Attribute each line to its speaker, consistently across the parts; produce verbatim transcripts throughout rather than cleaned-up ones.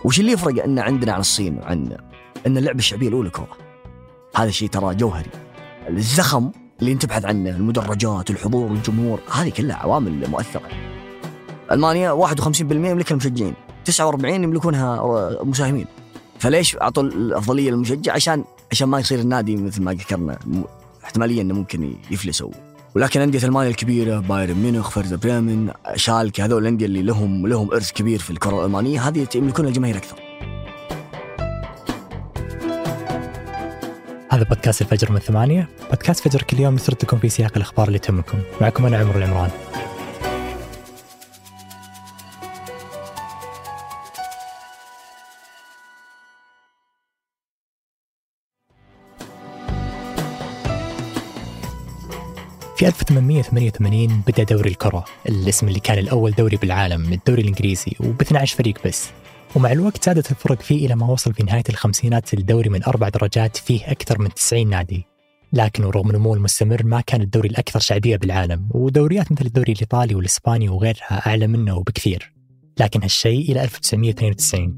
Speaker 1: وش اللي يفرق أن عندنا عن الصين وعن أن اللعبة الشعبية الأولى كرة؟ هذا الشيء ترى جوهري. الزخم اللي انت تبحث عنه، المدرجات، الحضور، الجمهور، هذه كلها عوامل مؤثرة. ألمانيا واحد وخمسين بالمئة يملكها المشجعين، تسعة وأربعين يملكونها مساهمين. فليش أعطوا الأفضلية للمشجع؟ عشان عشان ما يصير النادي مثل ما ذكرنا احتمالية إنه ممكن يفلسوا. ولكن أندية ألمانيا الكبيرة بايرن ميونخ، فيردر بريمن، شالكي، هذول الأندية اللي لهم لهم إرث كبير في الكرة الألمانية، هذه يملكون الجماهير أكثر.
Speaker 2: هذا بودكاست الفجر من ثمانية. بودكاست فجر كل يوم نسرد لكم في سياق الأخبار اللي تهمكم. معكم أنا عمر العمران. في ألف وثمانمئة وثمانية وثمانين بدأ دوري الكرة، الاسم اللي كان الأول دوري بالعالم، الدوري الإنجليزي، وب اثنا عشر فريق بس. ومع الوقت زادت الفرق فيه إلى ما وصل في نهاية الخمسينات الدوري من أربع درجات فيه أكثر من تسعين نادي. لكن رغم نموه المستمر ما كان الدوري الأكثر شعبية بالعالم، ودوريات مثل الدوري الإيطالي والإسباني وغيرها أعلى منه وبكثير. لكن هالشيء إلى ألف وتسعمئة واثنين وتسعين.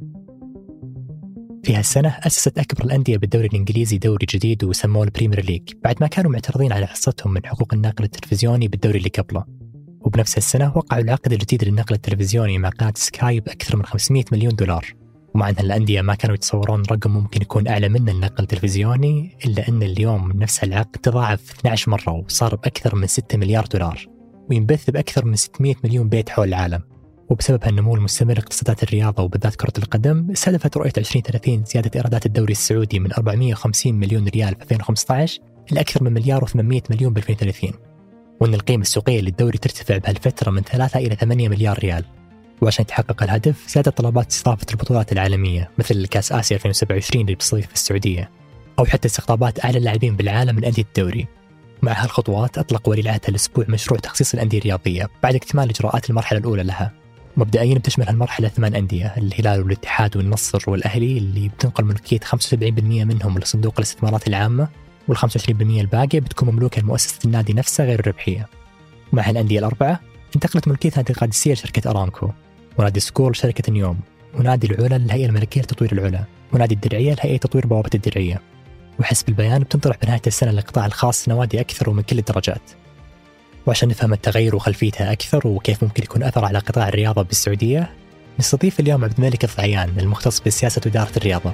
Speaker 2: في هالسنة أسست أكبر الأندية بالدوري الإنجليزي دوري جديد وسموه البريمير ليج، بعد ما كانوا معترضين على حصتهم من حقوق النقل التلفزيوني بالدوري اللي قبله. وبنفس السنة وقعوا العقد الجديد للنقل التلفزيوني مع قناة سكاي بأكثر من خمسمئة مليون دولار. ومع أن الأندية ما كانوا يتصورون رقم ممكن يكون أعلى من النقل التلفزيوني، إلا أن اليوم نفس العقد تضاعف اثنا عشر مرة وصار بأكثر من ستة مليار دولار، وينبث بأكثر من ستمئة مليون بيت حول العالم. وبسبب هالنمو المستمر اقتصادات الرياضة وبالذات كرة القدم استهدفت رؤية عشرين ثلاثين زيادة إيرادات الدوري السعودي من أربعمئة وخمسين مليون ريال في ألفين وخمسة عشر إلى أكثر من مليار وثمانمئة مليون ب ألفين وثلاثين، وأن القيمة السوقية للدوري ترتفع بهالفترة من ثلاثة إلى ثمانية مليار ريال. وعشان يتحقق الهدف زادت طلبات استضافة البطولات العالمية مثل كأس آسيا ألفين وسبعة وعشرين اللي بتصير في السعودية، أو حتى استقطابات أعلى اللاعبين بالعالم من أندية الدوري. مع هالخطوات أطلق ولي العهد هالأسبوع مشروع تخصيص الأندية الرياضية بعد اكتمال إجراءات المرحلة الأولى لها. مبدئيا بتشمل هالمرحلة ثمان أندية، الهلال والاتحاد والنصر والأهلي، اللي بتنقل ملكية خمسة وسبعين بالمئة منهم لصندوق الاستثمارات العامة، والخمسة وعشرين بالمئة الباقية بتكون مملوكة لمؤسسة النادي نفسه غير الربحية. مع هالأندية الأربعة انتقلت ملكية نادي القادسية لشركة أرامكو، ونادي سكول لشركة نيوم، ونادي العلا للهيئة الملكية لتطوير العلا، ونادي الدرعية لهيئة تطوير بوابة الدرعية. وحسب البيان بتنطرح بنهاية السنة للقطاع الخاص نوادي أكثر ومن كل الدرجات. وعشان نفهم التغير وخلفيتها أكثر وكيف ممكن يكون أثر على قطاع الرياضة بالسعودية، نستضيف اليوم عبد الملك الضعيان المختص بالسياسة وإدارة الرياضة.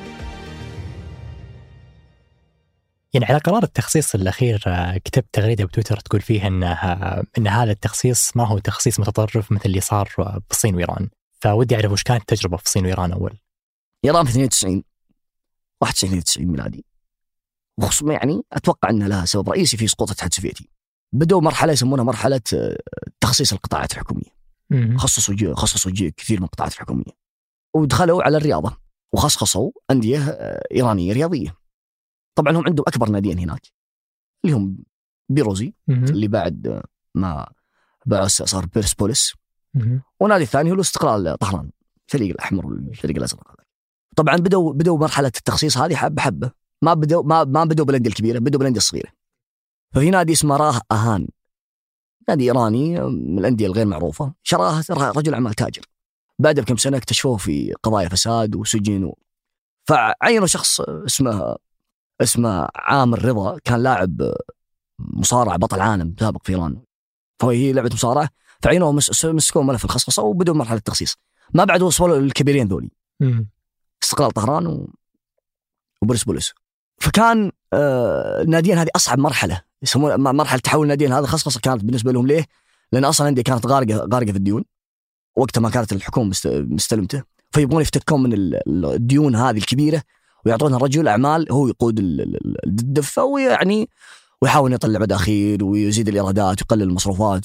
Speaker 2: يعني على قرار التخصيص الأخير كتبت تغريدة بتويتر تقول فيها إن إن هذا التخصيص ما هو تخصيص متطرف مثل اللي صار في الصين وإيران. فودي أعرف وش كانت التجربة في الصين وإيران أول.
Speaker 1: إيران في اثنين وتسعين واحد وتسعين اثنين وتسعين ميلادي، وخصوصا يعني أتوقع أن لها سبب رئيسي في سقوط الاتحاد السوفيتي. بدأوا مرحلة يسمونها مرحلة تخصيص القطاعات الحكومية، خصصوا جي خصصوا جي كثير من القطاعات الحكومية، ودخلوا على الرياضة وخصصوا أندية إيرانية رياضية. طبعا هم عندهم أكبر ناديين هناك اللي هم بيروزي اللي بعد ما باعوا صار بيرسبوليس، ونادي الثاني هو الاستقلال طهران، الفريق الأحمر والفريق الأزرق. طبعا بدأوا بدأوا مرحلة التخصيص هذه حبة حبة، ما بدأوا ما ما بدأوا بالأندية الكبيرة، بدأوا بالأندية الصغيرة. ففي نادي اسمه راه أهان، نادي إيراني من الأندية الغير معروفة، شراه رجل أعمال تاجر. بعد بكم سنة اكتشفوه في قضايا فساد وسجن، فعينوا شخص اسمه اسمه عامر رضا، كان لاعب مصارع بطل عالم سابق في إيران، فهي لعبة مصارعة، فعينوه مسكوه ملف الخصخصة وبدأوا مرحلة التخصيص. ما بعد وصلوا للكبيرين ذولي، استقلال طهران و... وبرسبوليس. فكان آه الناديين هذه أصعب مرحلة، يسمونها مرحلة تحول الناديين. هذا خصخصة كانت بالنسبة لهم، ليه؟ لأن أصلا الأندية كانت غارقة غارقة في الديون وقتها، ما كانت الحكومة مستلمته، فيبغون يفتكون من الديون هذه الكبيرة ويعطونها رجل أعمال هو يقود الدفة، ويعني ويحاول يطلع مداخيل ويزيد الإيرادات ويقلل المصروفات.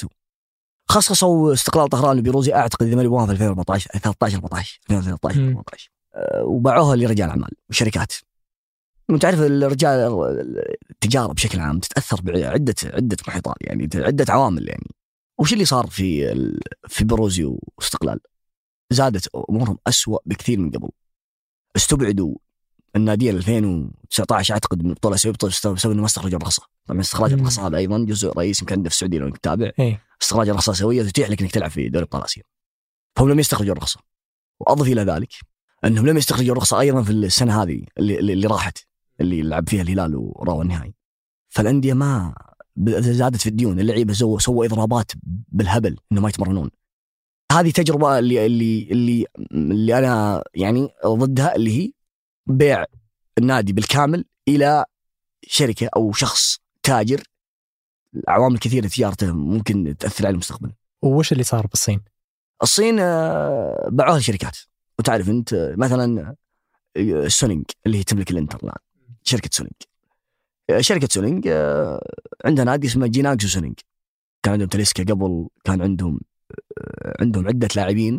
Speaker 1: خصصوا استقلال طهران البيروزي أعتقد إذا ما يبغونها في ألفين وأربعة عشر ثلاثة عشر أربعة عشر ألفين وثلاثة عشر أربعة عشر أه وباعوها لرجال أعمال وشركات. أنت تعرف الرجال التجارة بشكل عام تتأثر بعدة عدة محيطات، يعني عدة عوامل. يعني وش اللي صار في في بيروزي واستقلال؟ زادت أمورهم أسوأ بكثير من قبل. استبعدوا الناديين ألفين وتسعة عشر أعتقد من البطولة الآسيوية بسبب إنه ما استخرجوا الرخصة. طبعا استخراج الرخصة هذا أيضا جزء رئيسي يمكن في السعودية لو تتابع. استخراج الرخصة سوية تتيح لك إنك تلعب في دوري الأبطال الآسيوية، فهم لم يستخرجوا الرخصة. وأضف إلى ذلك أنهم لم يستخرجوا الرخصة أيضا في السنة هذه اللي, اللي راحت اللي لعب فيها الهلال وراوى النهائي. فالأندية ما زادت في الديون، اللعيبة سووا سووا إضرابات بالهبل إنه ما يتمرنون. هذه تجربة اللي اللي اللي اللي أنا يعني ضدها، اللي هي بيع النادي بالكامل إلى شركة أو شخص تاجر. عوامل كثيرة تجارته ممكن تأثر على المستقبل.
Speaker 2: وش اللي صار بالصين؟
Speaker 1: الصين باعوها لشركات، وتعرف أنت مثلا سونينج اللي هي تملك الانتر الآن، شركة سونينج. شركة سونينج عندها نادي اسمه جيناكسو سونينج، كان عندهم تليسكا قبل، كان عندهم عندهم عدة لاعبين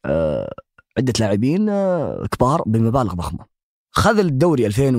Speaker 1: عدة لاعبين كبار بمبالغ ضخمة. خذ الدوري ألفين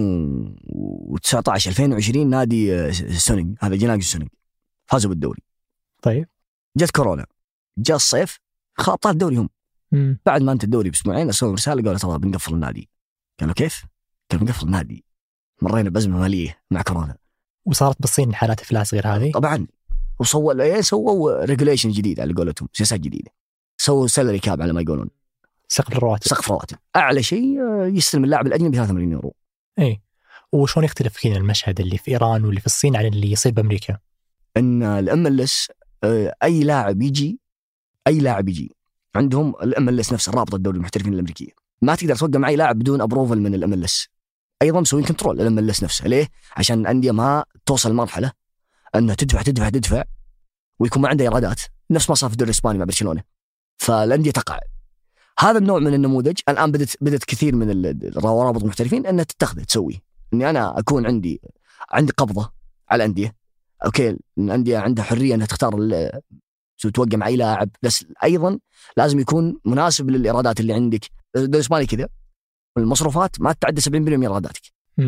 Speaker 1: وتسعة عشر ألفين وعشرين نادي سونينج، هذا جيناكسو سونينج، فازوا بالدوري.
Speaker 2: طيب
Speaker 1: جت كورونا، جاء الصيف، خاطر الدوري هم.
Speaker 2: مم.
Speaker 1: بعد ما انت الدوري باسبوعين ارسلوا رساله قالوا ترى بنقفل النادي. قالوا كيف؟ قالوا بنقفل النادي، مرينا بأزمة مالية مع كورونا.
Speaker 2: وصارت بالصين حالات إفلاس غير هذه
Speaker 1: طبعا. وسووا ايه سووا ريجوليشن جديد على قولتهم، سياسات جديدة. سووا سالري كاب على ما يقولون،
Speaker 2: سقف الرواتب.
Speaker 1: سقف رواتب اعلى شيء يستلم اللاعب الاجنبي ثلاثة مليون يورو.
Speaker 2: ايه. وشون يختلف هنا المشهد اللي في ايران واللي في الصين عن اللي يصير بامريكا؟
Speaker 1: ان الام ال اس اي لاعب يجي اي لاعب يجي عندهم الام ال اس نفسه، رابطه الدوري المحترفين الامريكيه، ما تقدر توقع معي لاعب بدون ابروفل من الام ال اس. ايضا مسوين كنترول الام ال اس نفسه. ليه؟ عشان الانديه ما توصل مرحله انها تدفع تدفع تدفع ويكون ما عندها ايرادات، نفس ما صار في الدوري الاسباني مع برشلونه، فالانديه تقع. هذا النوع من النموذج الان بدت بدت كثير من الروابط المحترفين انها تتخذ تسوي، اني انا اكون عندي عندي قبضه على الانديه. اوكي الانديه عندها حريه انها تختار توقع مع اي لاعب، بس ايضا لازم يكون مناسب للايرادات اللي عندك. الدوري الاسباني كذا المصروفات ما تتعدى سبعين بالمئة من ايراداتك،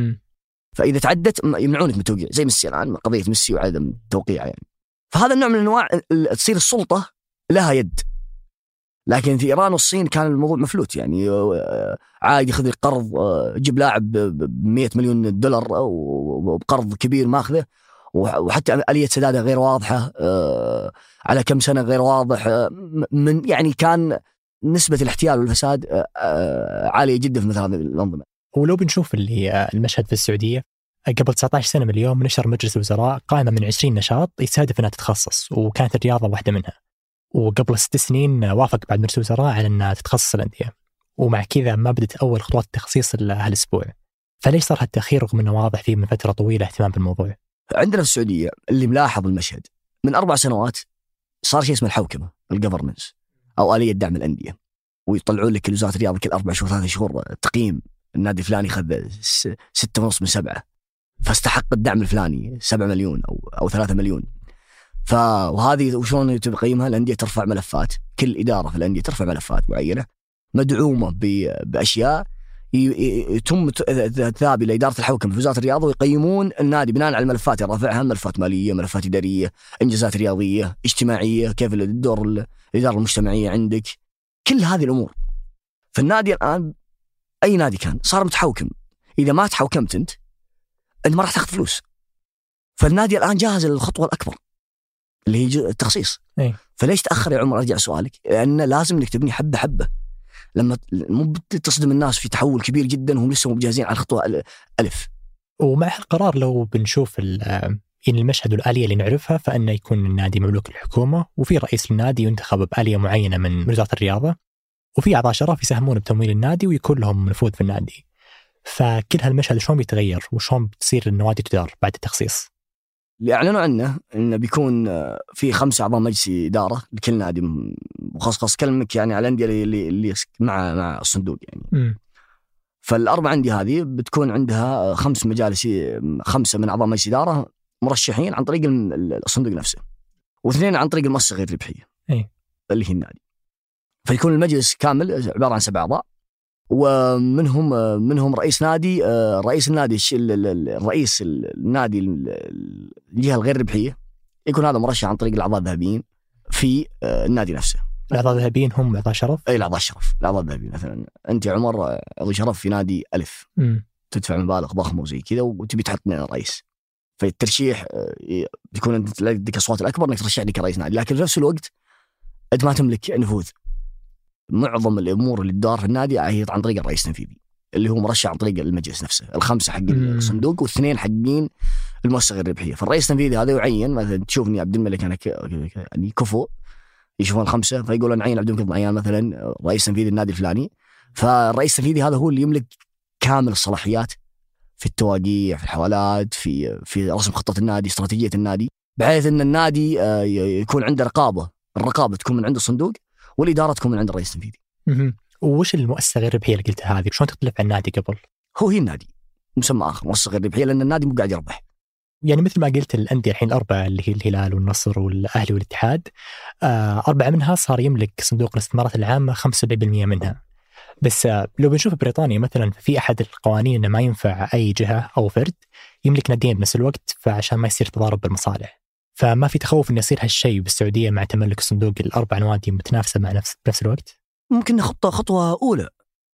Speaker 1: فاذا تعدت يمنعونك من التوقيع، زي ميسي الان قضيه ميسي وعدم التوقيع يعني. فهذا النوع من انواع تصير السلطه لها يد. لكن في ايران والصين كان الموضوع مفلوت، يعني عادي ياخذ قرض، جيب لاعب ب مئة مليون دولار وبقرض كبير ماخذه، وحتى آلية سدادها غير واضحة، على كم سنة غير واضح، من يعني كان نسبة الاحتيال والفساد عالية جدا في مثل هذه الأنظمة.
Speaker 2: ولو بنشوف اللي المشهد في السعودية قبل تسعة عشر سنة من اليوم، نشر مجلس الوزراء قائمة من عشرين نشاط يستهدف أنها تتخصص، وكانت الرياضة واحدة منها. وقبل ست سنين وافق بعد مجلس الوزراء على أنها تتخصص الأندية، ومع كذا ما بدت أول خطوات التخصيص إلا هالأسبوع. فليش صار هالتأخير رغم أنه واضح فيه من فترة طويلة اهتمام بالموضوع؟
Speaker 1: عندنا في السعودية اللي ملاحظ المشهد من أربع سنوات صار شيء اسمه الحوكمة، الجفرنس أو آلية دعم الأندية، ويطلعون لك وزارة الرياضة كل أربع شهور ثلاثة شهور تقييم النادي الفلاني خذ ستة ونص من سبعة، فاستحق الدعم الفلاني سبعة مليون أو أو ثلاثة مليون. فهذه وشلون تقيمها؟ الأندية ترفع ملفات، كل إدارة في الأندية ترفع ملفات معينة مدعومة بأشياء يتم الذهاب إلى إدارة الحوكمة في وزارة الرياضة، ويقيمون النادي بناء على الملفات اللي رافعها، ملفات مالية، ملفات إدارية، إنجازات رياضية، اجتماعية، كيف الدور الإدارة المجتمعية عندك، كل هذه الأمور. فالنادي الآن أي نادي كان صار متحوكم، إذا ما تحوكمت أنت أنت ما راح تاخذ فلوس. فالنادي الآن جاهز للخطوة الأكبر اللي هي التخصيص.
Speaker 2: أي.
Speaker 1: فليش تأخر يا عمر؟ أرجع سؤالك، لأن لازم إنك تبني حبة حبة، لما مو تصدم الناس في تحول كبير جدا وهم لسه مجهزين على الخطوة ألف.
Speaker 2: ومع القرار لو بنشوف يعني المشهد والآلية اللي نعرفها، فإنه يكون النادي مملوك الحكومة، وفي رئيس النادي ينتخب بآلية معينة من وزارة الرياضة، وفي أعضاء شرف يساهمون بتمويل النادي ويكون لهم نفوذ في النادي. فكل هالمشهد شلون بيتغير وشلون بتصير النوادي تدار بعد التخصيص؟
Speaker 1: اللي أعلنوا عنه إنه بيكون في خمسة أعضاء مجلس إدارة لكل نادي مخصص، كلمك يعني على الأندية اللي اللي مع مع الصندوق يعني. م. فالأربعة عندي هذه بتكون عندها خمس مجالس، خمسة من أعضاء مجلس إدارة مرشحين عن طريق الصندوق نفسه، واثنين عن طريق المؤسسة غير ربحية
Speaker 2: أي.
Speaker 1: اللي هي النادي. فيكون المجلس كامل عبارة عن سبع أعضاء، ومنهم منهم رئيس نادي، رئيس النادي الرئيس النادي الجهة الغير ربحية يكون هذا مرشح عن طريق الأعضاء الذهبيين في النادي نفسه.
Speaker 2: الأعضاء الذهبيين هم أعضاء شرف؟
Speaker 1: أي الأعضاء الشرف، الأعضاء الذهبيين. مثلا أنت يا عمر عضو شرف في نادي ألف، م. تدفع مبالغ ضخمة وزي كذا وتبي تحطنا رئيس، فالترشيح بيكون أنت لديك أصوات الأكبر إنك ترشح لك رئيس نادي، لكن في نفس الوقت أنت ما تملك نفوذ معظم الامور اللي تدار في النادي هي عن طريق الرئيس التنفيذي اللي هو مرشح عن طريق المجلس نفسه، الخمسه حق الصندوق واثنين حقين المؤسسه غير الربحيه. فالرئيس التنفيذي هذا يعين، مثلا تشوفني عبد الملك انا يعني كفو، يشوفون الخمسه فيقولون نعين عبد الملك ضميان مثلا رئيس تنفيذي النادي الفلاني. فالرئيس التنفيذي هذا هو اللي يملك كامل الصلاحيات في التواقيع، في الحوالات، في في رسم خطه النادي، استراتيجيه النادي، بحيث ان النادي يكون عنده رقابه، الرقابه تكون من عند الصندوق والاداره تكون من عند الرئيس التنفيذي.
Speaker 2: وش المؤسسه غير ربحيه اللي قلتها هذه شلون تختلف عن النادي قبل؟
Speaker 1: هو هي النادي مسمى اخر، مؤسسه غير ربحيه، لان النادي مو قاعد يربح.
Speaker 2: يعني مثل ما قلت الأندية الحين الأربعة اللي هي الهلال والنصر والأهلي والاتحاد، أربعة منها صار يملك صندوق الاستثمارات العامة خمسة وسبعين بالمئة منها. بس لو بنشوف بريطانيا مثلا في أحد القوانين إنه ما ينفع أي جهة أو فرد يملك ناديين بنفس الوقت، فعشان ما يصير تضارب بالمصالح. فما في تخوف إنه يصير هالشيء بالسعودية مع تملك الصندوق الأربع نوادي متنافسة مع نفس بنفس الوقت؟
Speaker 1: ممكن خطة خطوة أولى،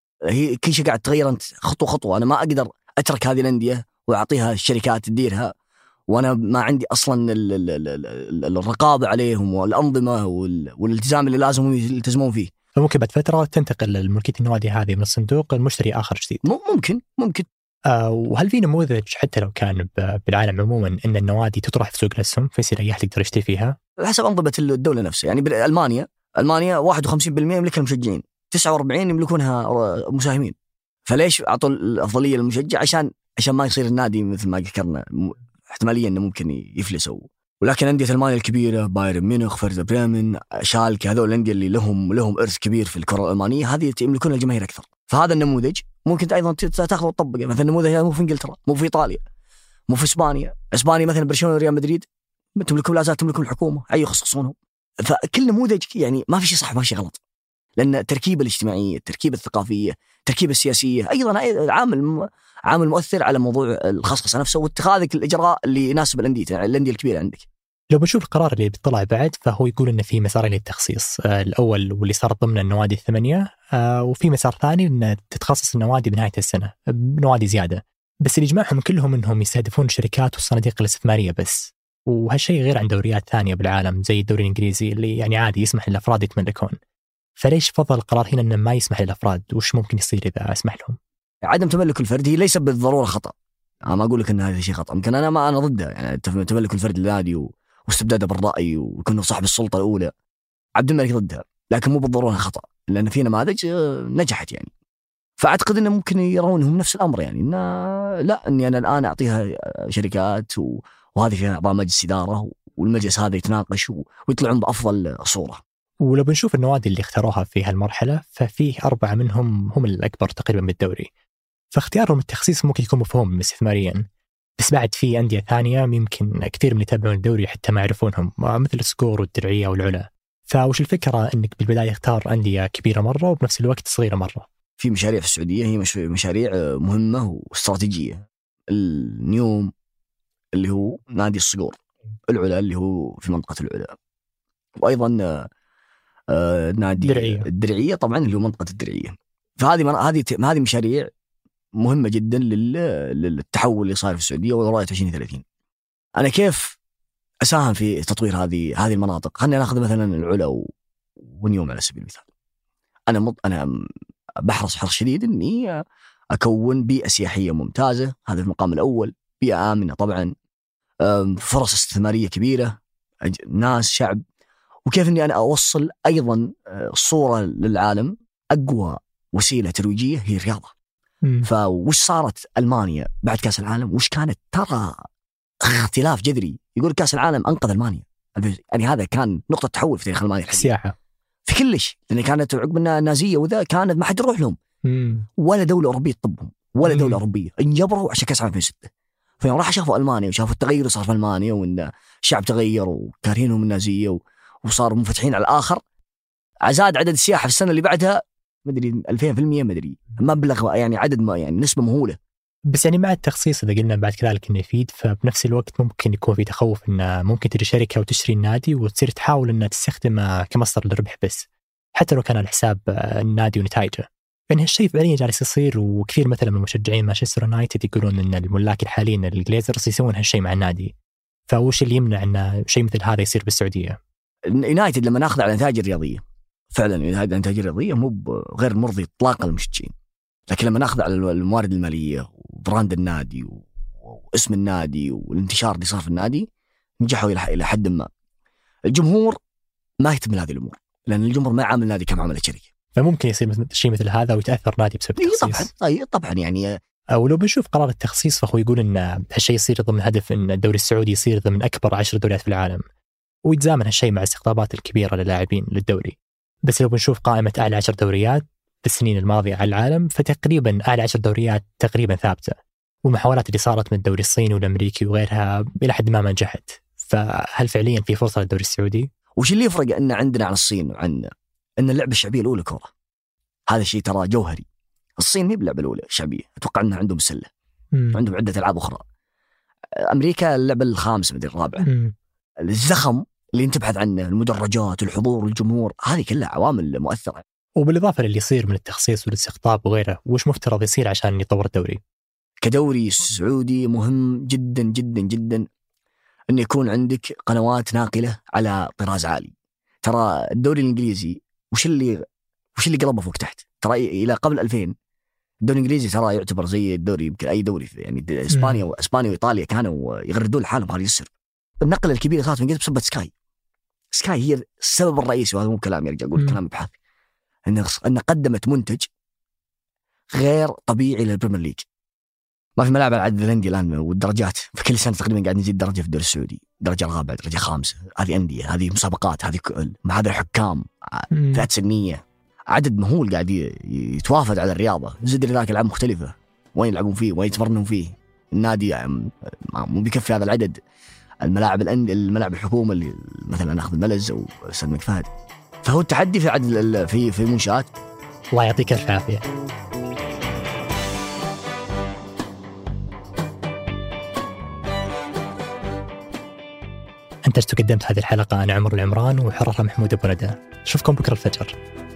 Speaker 1: هي كل شيء قاعد تغير أنت خطوة خطوة. أنا ما أقدر أترك هذه الأندية وأعطيها الشركات تديرها وأنا ما عندي أصلا ال ال ال الرقابة عليهم والأنظمة والالتزام اللي لازم يلتزمون فيه.
Speaker 2: فممكن بعد فترة تنتقل الملكية النوادي هذه من الصندوق المشتري آخر جديد.
Speaker 1: ممكن ممكن.
Speaker 2: آه وهل في نموذج حتى لو كان بالعالم عموما إن النوادي تطرح في سوق الأسهم فيصير أي أحد يقدر يشتري فيها؟
Speaker 1: حسب أنظمة الدولة نفسها. يعني بالألمانيا ألمانيا واحد وخمسين بالمئة يملكها المشجعين، تسعة وأربعين يملكونها مساهمين. فليش أعطوا الأفضلية للمشجع؟ عشان عشان ما يصير النادي مثل ما ذكرنا احتمالية إنه ممكن يفلسوا. ولكن أندية ألمانيا الكبيرة بايرن ميونخ، فيردر بريمن، شالكي، هذول الأندية اللي لهم لهم إرث كبير في الكرة الألمانية، هذه يملكون الجماهير أكثر. فهذا النموذج ممكن أيضا تأخذ وتطبقه. مثلا النموذج مو في إنجلترا، مو في إيطاليا، مو في إسبانيا. إسبانيا مثلا برشلونة وريال مدريد تملكهم لا زالت تملكهم الحكومة، أي يخصصونهم. فكل نموذج يعني ما في شيء صح ما في شيء غلط، لأن التركيبة الاجتماعية، التركيبة الثقافية، التركيبة السياسية أيضا عامل عامل مؤثر على موضوع الخصخصة نفسه واتخاذك الإجراء اللي يناسب الأندية يعني الأندية الكبيرة عندك.
Speaker 2: لو بنشوف القرار اللي بيطلع بعد فهو يقول إن في مسارين للتخصيص، الأول واللي صار ضمن النوادي الثمانية، وفي مسار ثاني إن تتخصص النوادي بنهاية السنة بنوادي زيادة. بس اللي يجمعهم كلهم إنهم يستهدفون الشركات والصناديق الاستثمارية بس، وهالشيء غير عن دوريات ثانية بالعالم زي الدوري الإنجليزي اللي يعني عادي يسمح للأفراد يتملكون. فليش فضل القرار هنا إنه ما يسمح للأفراد؟ وش ممكن يصير إذا أسمح لهم؟
Speaker 1: عدم تملك الفرد هي ليس بالضرورة خطأ. أنا ما أقول لك إن هذا شيء خطأ، يمكن أنا ما أنا ضده. يعني تملك الفرد للنادي واستبداده بالرأي ويكون صاحب السلطة الأولى، عبد الملك ضدها، لكن مو بالضرورة خطأ، لأن في نماذج نجحت يعني. فأعتقد إنه ممكن يرونهم نفس الأمر، يعني إن لا إني أنا الآن أعطيها شركات وهذه فيها أعضاء مجلس إدارة والمجلس هذا يتناقش ويطلعون بأفضل صورة.
Speaker 2: ولو بنشوف النوادي اللي اختاروها في هالمرحلة ففيه أربعة منهم هم الأكبر تقريبا بالدوري، فاختيارهم التخصيص ممكن يكون مفهوم استثماريا. بس بعد في أندية ثانية يمكن كثير من يتابعون الدوري حتى ما يعرفونهم، مثل السكور والدرعية والعلا. فوش الفكرة إنك بالبداية اختار أندية كبيرة مرة وبنفس الوقت صغيرة مرة؟
Speaker 1: في مشاريع في السعودية هي مشاريع مهمة واستراتيجية. النيوم اللي هو نادي الصقور، العلا اللي هو في منطقة العلا، وأيضا آه نادي
Speaker 2: درعية.
Speaker 1: الدرعية طبعا اللي هو منطقة الدرعية. فهذه هذه هذه مشاريع مهمة جدا للتحول اللي صار في السعودية ورؤية عشرين ثلاثين. أنا كيف أساهم في تطوير هذه هذه المناطق؟ خلينا نأخذ مثلا العلا ونيوم على سبيل المثال. أنا مط... أنا بحرص حرص شديد إني أكون بيئة سياحية ممتازة، هذا المقام الأول. بيئة آمنة طبعا، فرص استثمارية كبيرة، ناس، شعب. وكيف إني أنا أوصل أيضا صورة للعالم. أقوى وسيلة ترويجية هي الرياضة. م. فوش صارت ألمانيا بعد كأس العالم؟ وش كانت؟ ترى اختلاف جذري. يقول كأس العالم أنقذ ألمانيا، يعني هذا كان نقطة تحول في تاريخ ألمانيا
Speaker 2: السياحة
Speaker 1: في كلش، لأن كانت عقب النازية وذا كانت ما حد يروح لهم. م. ولا دولة أوروبية تطبهم، ولا دولة م. أوروبية انجبروا عشان كأس العالم ألفين وستة. فيوم راح شافوا ألمانيا وشافوا التغير اللي صار في ألمانيا، وإن الشعب تغير وكارهينهم النازية وصاروا منفتحين على الآخر، زاد عدد السياحة في السنة اللي بعدها مدري ألفين بالمئة، مدري مبلغ يعني عدد ما يعني نسبة مهولة.
Speaker 2: بس يعني مع التخصيص إذا قلنا بعد كذلك إنه يفيد، فبنفس الوقت ممكن يكون في تخوف إنه ممكن تجي شركة وتشتري النادي وتصير تحاول إنها تستخدمه كمصدر للربح بس، حتى لو كان على حساب النادي ونتائجه. يعني هالشيء فعليا جالس يصير، وكثير مثلا من مشجعين مانشستر يونايتد يقولون إن الملاك الحاليين الجليزرز يسوون هالشيء مع النادي. فوش اللي يمنع إن شيء مثل هذا يصير بالسعودية؟
Speaker 1: يونايتد لما ناخذ على نتائج الرياضية فعلا إذا هذه الإنتاجية الرياضية مو غير مرضي إطلاقا للمشجعين. لكن لما ناخذ على الموارد المالية وبراند النادي واسم النادي والانتشار اللي صار في النادي نجحوا إلى حد ما. الجمهور ما يهتم بهذه الأمور لأن الجمهور ما عامل نادي كما عمل شركة.
Speaker 2: فممكن يصير شيء مثل هذا ويتأثر نادي بسبب التخصيص.
Speaker 1: طبعا طبعا يعني.
Speaker 2: أو لو بنشوف قرار التخصيص فهو يقول إن هالشيء يصير ضمن هدف إن الدوري السعودي يصير ضمن أكبر عشر دوريات في العالم، ويتزامن هالشيء مع الاستقطابات الكبيرة للاعبين للدوري. بس لو بنشوف قائمة أعلى عشر دوريات في السنين الماضية على العالم فتقريبا أعلى عشر دوريات تقريبا ثابتة، والمحاولات اللي صارت من الدوري الصيني والأمريكي وغيرها إلى حد ما ما نجحت. فهل فعليا في فرصة للدوري السعودي؟
Speaker 1: وش اللي يفرق أن عندنا عن الصين وعن أن اللعبة الشعبية الأولى كرة؟ هذا الشيء ترى جوهري. الصين هي باللعبة الأولى الشعبية، أتوقع أنها عندهم سلة، عندهم عدة ألعاب أخرى. أمريكا اللعبة الخامسة مدري الرابعة. مم. الزخم اللي أنت تبحث عنه، المدرجات، الحضور، الجمهور، هذه كلها عوامل مؤثرة.
Speaker 2: وبالإضافة للي يصير من التخصيص والاستقطاب وغيره، وش مفترض يصير عشان يطور الدوري؟
Speaker 1: كدوري سعودي مهم جدا جدا جدا أن يكون عندك قنوات ناقلة على طراز عالي. ترى الدوري الإنجليزي وش اللي وش اللي قلبه فوق تحت؟ ترى إلى قبل ألفين الدوري الإنجليزي ترى يعتبر زي الدوري يمكن أي دوري يعني إسبانيا وإسبانيا وإيطاليا كانوا يغردون لحالهم هذا يسر. النقلة الكبيرة صارت من قبل بسبب سكاي. سكاي هي السبب الرئيسي، وهذا مو كلام يرجع أقول كلام ابحاث، إن إن قدمت منتج غير طبيعي للبريمير ليج. ما في ملاعب العدد الأندية الآن والدرجات، فكل سنة تقريبا قاعد نزيد درجة في الدوري السعودي، درجة رابعة، درجة خامسة. هذه أندية، هذه مسابقات، هذه هذا الحكام، فئات سنية، عدد مهول قاعد يتوافد على الرياضة. زد لذلك ألعاب مختلفة، وين يلعبون فيه وين يتمرنون فيه. النادي مو بيكفي هذا العدد. الملاعب الأندية، الملاعب الحكومة اللي مثلا ناخذ الملز أو استاد الملك فهد، فهو التحدي في عدد في في المنشآت.
Speaker 2: الله يعطيك الف عافية. أنت قدمت هذه الحلقة أنا عمر العمران وحررها محمود أبو ندى. أشوفكم بكرة الفجر.